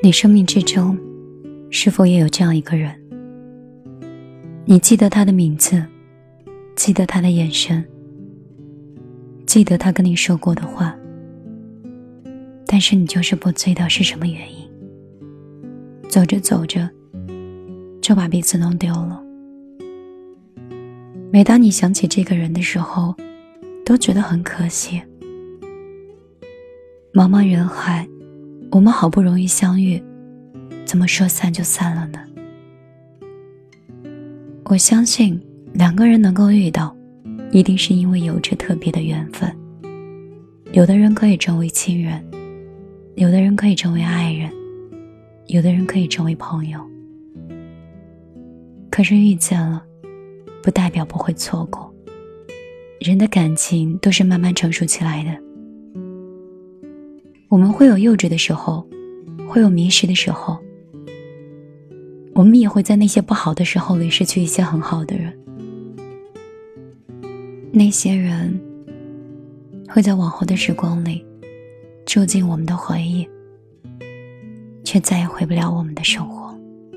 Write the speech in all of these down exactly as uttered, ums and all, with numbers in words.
你生命之中是否也有这样一个人？你记得他的名字，记得他的眼神，记得他跟你说过的话，但是你就是不知道是什么原因，走着走着就把彼此弄丢了。每当你想起这个人的时候，都觉得很可惜。茫茫人海，我们好不容易相遇，怎么说散就散了呢？我相信两个人能够遇到，一定是因为有着特别的缘分。有的人可以成为亲人，有的人可以成为爱人，有的人可以成为朋友。可是遇见了，不代表不会错过。人的感情都是慢慢成熟起来的。我们会有幼稚的时候，会有迷失的时候，我们也会在那些不好的时候里失去一些很好的人。那些人会在往后的时光里住进我们的回忆，却再也回不了我们的生活。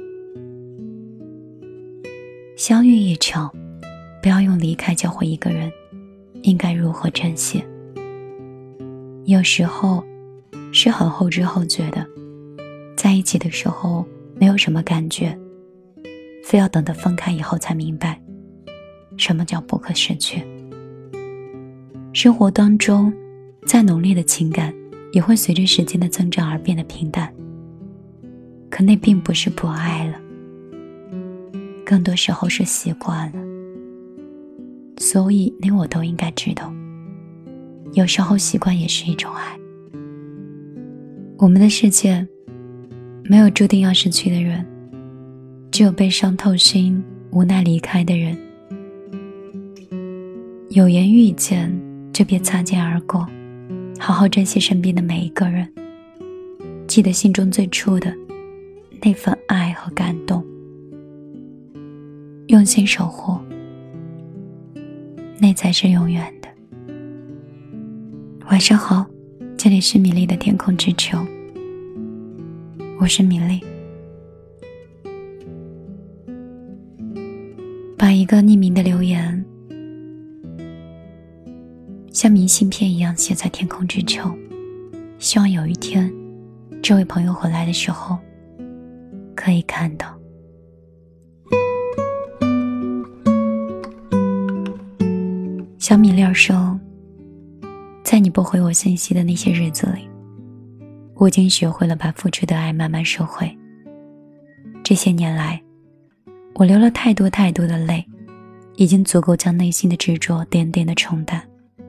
相遇一场，不要用离开教会一个人应该如何珍惜。有时候是很后知后觉的，在一起的时候没有什么感觉，非要等到分开以后才明白什么叫不可失去。生活当中再浓烈的情感也会随着时间的增长而变得平淡，可那并不是不爱了，更多时候是习惯了。所以你我都应该知道，有时候习惯也是一种爱。我们的世界没有注定要失去的人，只有被伤透心无奈离开的人。有缘遇见就别擦肩而过，好好珍惜身边的每一个人，记得心中最初的那份爱和感动，用心守护，那才是永远的。晚上好，这里是米粒的天空之球，我是米粒。把一个匿名的留言像明信片一样写在天空之球，希望有一天这位朋友回来的时候可以看到。小米粒儿说，在你不回我信息的那些日子里，我已经学会了把付出的爱慢慢收回。这些年来，我流了太多太多的泪，已经足够将内心的执着点点的冲淡。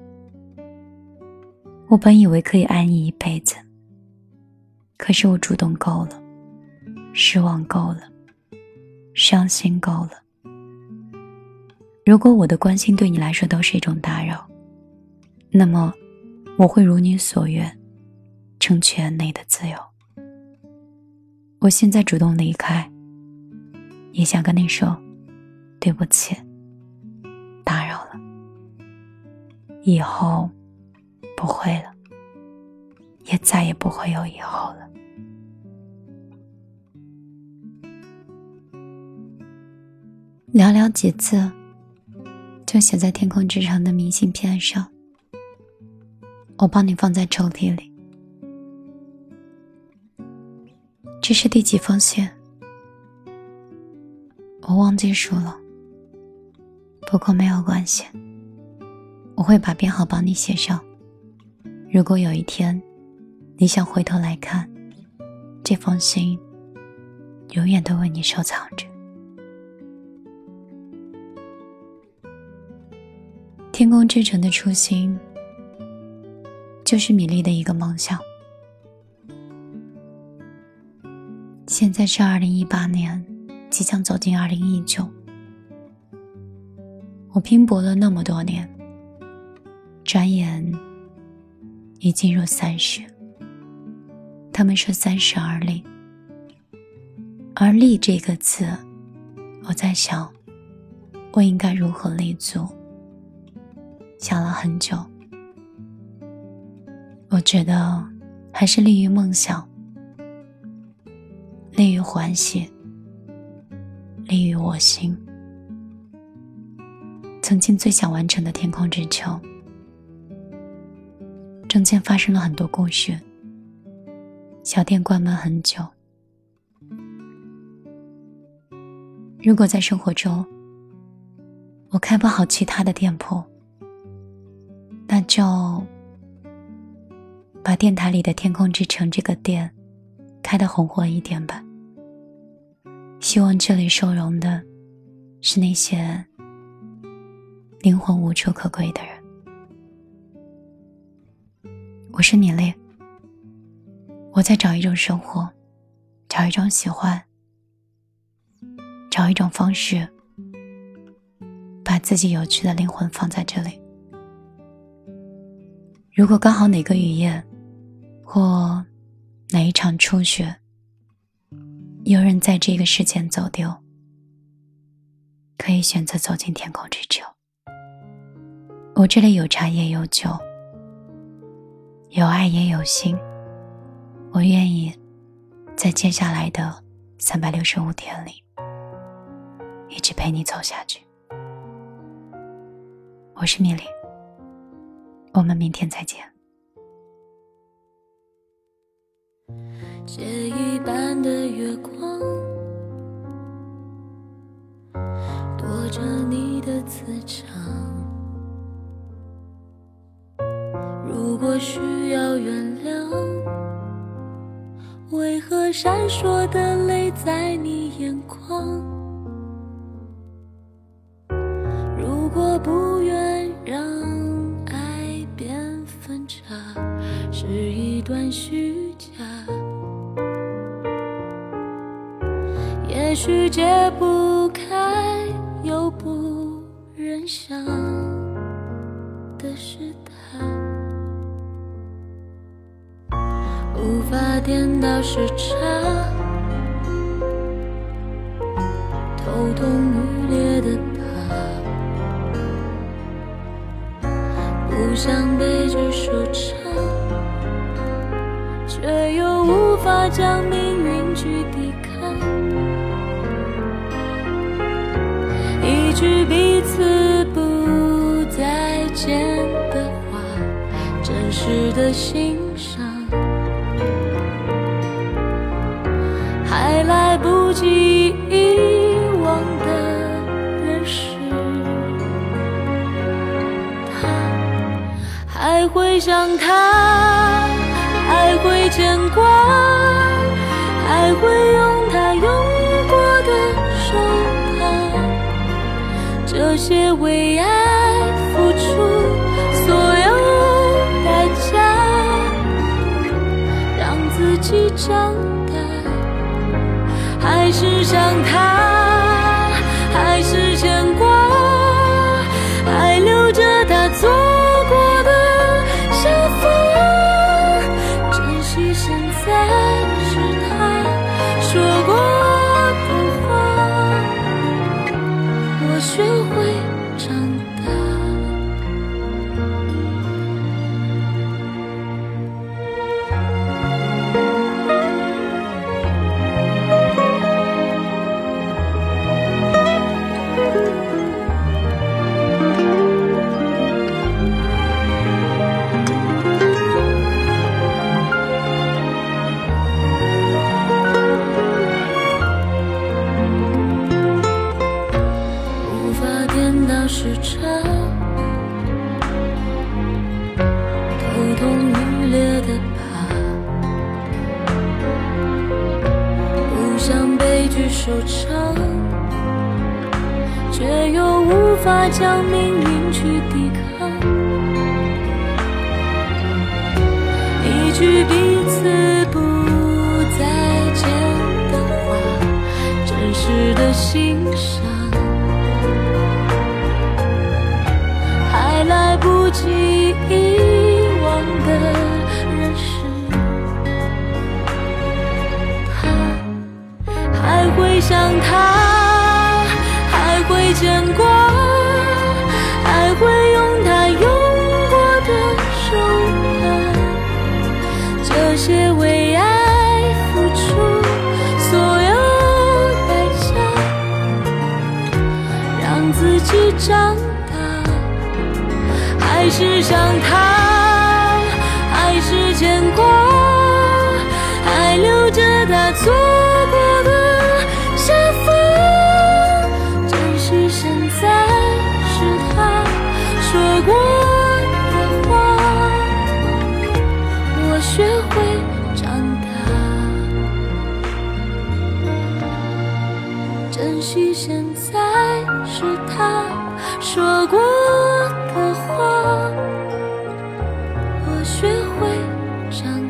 我本以为可以爱你一辈子，可是我主动够了，失望够了，伤心够了。如果我的关心对你来说都是一种打扰，那么我会如你所愿，成全你的自由。我现在主动离开，也想跟你说对不起，打扰了，以后不会了，也再也不会有以后了。寥寥几字就写在天空之城的明信片上，我帮你放在抽屉里。这是第几封信？我忘记数了，不过没有关系，我会把编号帮你写上。如果有一天你想回头来看，这封信永远都为你收藏着。天空之城的初心就是米粒的一个梦想。现在是二零一八年，即将走进二零一九。我拼搏了那么多年，转眼已进入三十。他们说三十而立，而立这个字，我在想我应该如何立足。想了很久，我觉得还是立于梦想。 欢喜，利于我心。曾经最想完成的天空之球，中间发生了很多故事，小店关门很久。如果在生活中我开不好其他的店铺，那就把电台里的天空之城这个店开得红火一点吧。希望这里收容的是那些灵魂无处可归的人。我是米粒，我在找一种生活，找一种喜欢，找一种方式，把自己有趣的灵魂放在这里。如果刚好哪个雨夜或哪一场初雪，有人在这个世间走丢，可以选择走进天空之球。我这里有茶也有酒，有爱也有心，我愿意在接下来的三百六十五天里一直陪你走下去。我是米粒，我们明天再见。 借一半的月光，躲着你的磁场。如果需要原谅，为何闪烁的泪在你眼眶？如果不愿让爱变分岔，是一段虚假，也许解不开又不忍想的是他，无法颠倒时差，头痛欲裂的疤，不想被这说唱，却又无法将命运去抵抗。一句彼此不再见的话，真实的欣赏，还来不及遗忘的人是他，还会想他，还会牵挂，还会用他拥过的手帕，这些为爱付出所有代价，让自己长大。还是想他，还是牵挂，还留着他做过的下风，珍惜现在是他说过的话，我学会长大。时差，头痛欲裂的疤，不想悲剧收场，却又无法将命运去抵抗。一句彼此不再见的话，真实的欣赏，还来不及遗忘的人是他，还会想他，还会牵挂，还会用他拥过的手帕，这些为爱付出所有是想他，还是牵挂，还留着他错过的下方。珍惜现在是他说过的话，我学会长大。珍惜现在是他说过的话，我学会长大。